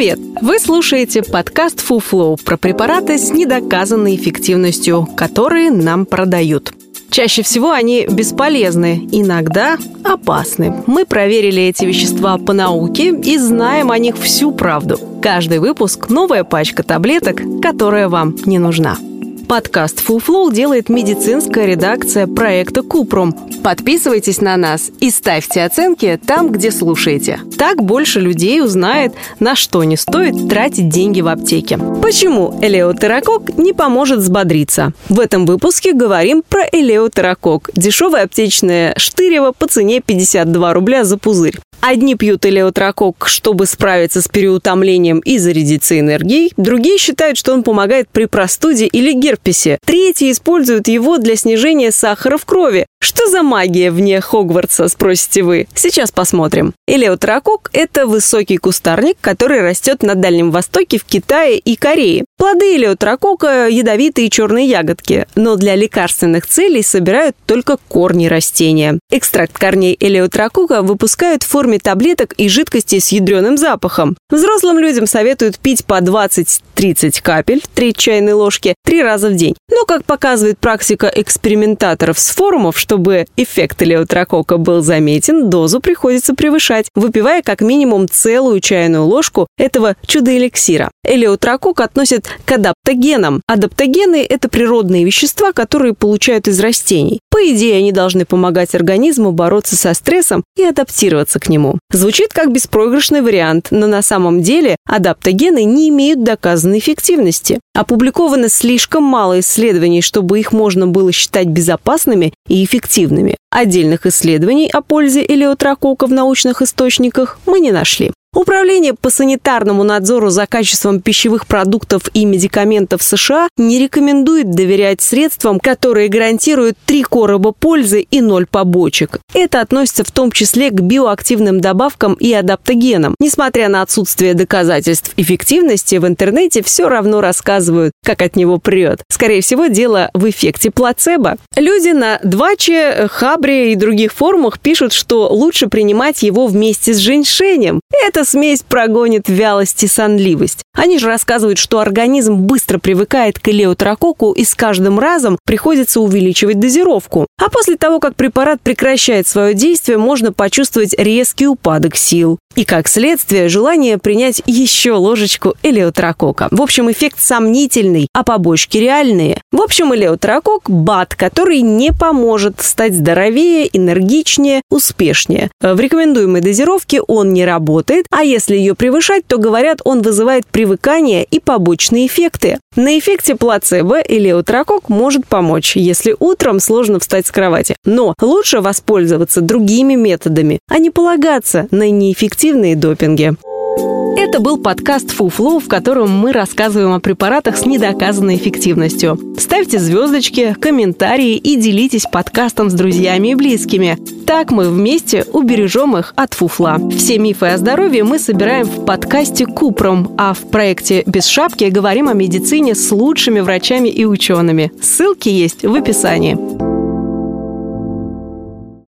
Привет! Вы слушаете подкаст «Фуфло» про препараты с недоказанной эффективностью, которые нам продают. Чаще всего они бесполезны, иногда опасны. Мы проверили эти вещества по науке и знаем о них всю правду. Каждый выпуск – новая пачка таблеток, которая вам не нужна. Подкаст «Фуфло» делает медицинская редакция проекта «Купрум». Подписывайтесь на нас и ставьте оценки там, где слушаете. Так больше людей узнает, на что не стоит тратить деньги в аптеке. Почему элеутерокок не поможет взбодриться? В этом выпуске говорим про элеутерокок. Дешевое аптечное штырево по цене 52 рубля за пузырь. Одни пьют элеутерокок, чтобы справиться с переутомлением и зарядиться энергией. Другие считают, что он помогает при простуде или герпесе. Третьи используют его для снижения сахара в крови. Что за магия вне Хогвартса, спросите вы? Сейчас посмотрим. Элеутерокок – это высокий кустарник, который растет на Дальнем Востоке, в Китае и Корее. Плоды элеутерокока – ядовитые черные ягодки, но для лекарственных целей собирают только корни растения. Экстракт корней элеутерокока выпускают в форме таблеток и жидкости с ядреным запахом. Взрослым людям советуют пить по 20-30 капель, треть чайной ложки, 3 раза в день. Но, как показывает практика экспериментаторов с форумов, чтобы эффект элеутерокока был заметен, дозу приходится превышать, выпивая как минимум целую чайную ложку этого чудо-эликсира. Элеутерокок относят к адаптогенам. Адаптогены – это природные вещества, которые получают из растений. По идее, они должны помогать организму бороться со стрессом и адаптироваться к нему. Звучит как беспроигрышный вариант, но на самом деле адаптогены не имеют доказанной эффективности. Опубликовано слишком мало исследований, чтобы их можно было считать безопасными и эффективными. Отдельных исследований о пользе элеутерокока в научных источниках мы не нашли. Управление по санитарному надзору за качеством пищевых продуктов и медикаментов США не рекомендует доверять средствам, которые гарантируют 3 короба пользы и 0 побочек. Это относится в том числе к биоактивным добавкам и адаптогенам. Несмотря на отсутствие доказательств эффективности, в интернете все равно рассказывают, как от него прет. Скорее всего, дело в эффекте плацебо. Люди на Дваче, Хабре и других форумах пишут, что лучше принимать его вместе с женьшенем. Эта смесь прогонит вялость и сонливость. Они же рассказывают, что организм быстро привыкает к элеутерококу и с каждым разом приходится увеличивать дозировку. А после того, как препарат прекращает свое действие, можно почувствовать резкий упадок сил. И, как следствие, желание принять еще ложечку элеутерокока. В общем, эффект сомнительный, а побочки реальные. В общем, элеутерокок – БАД, который не поможет стать здоровее, энергичнее, успешнее. В рекомендуемой дозировке он не работает, а если ее превышать, то, говорят, он вызывает привыкание и побочные эффекты. На эффекте плацебо элеутерокок может помочь, если утром сложно встать с кровати. Но лучше воспользоваться другими методами, а не полагаться на неэффективные допинги. Это был подкаст «Фуфло», в котором мы рассказываем о препаратах с недоказанной эффективностью. Ставьте звездочки, комментарии и делитесь подкастом с друзьями и близкими. Так мы вместе убережем их от фуфла. Все мифы о здоровье мы собираем в подкасте «Купрум», а в проекте «Без шапки» говорим о медицине с лучшими врачами и учеными. Ссылки есть в описании.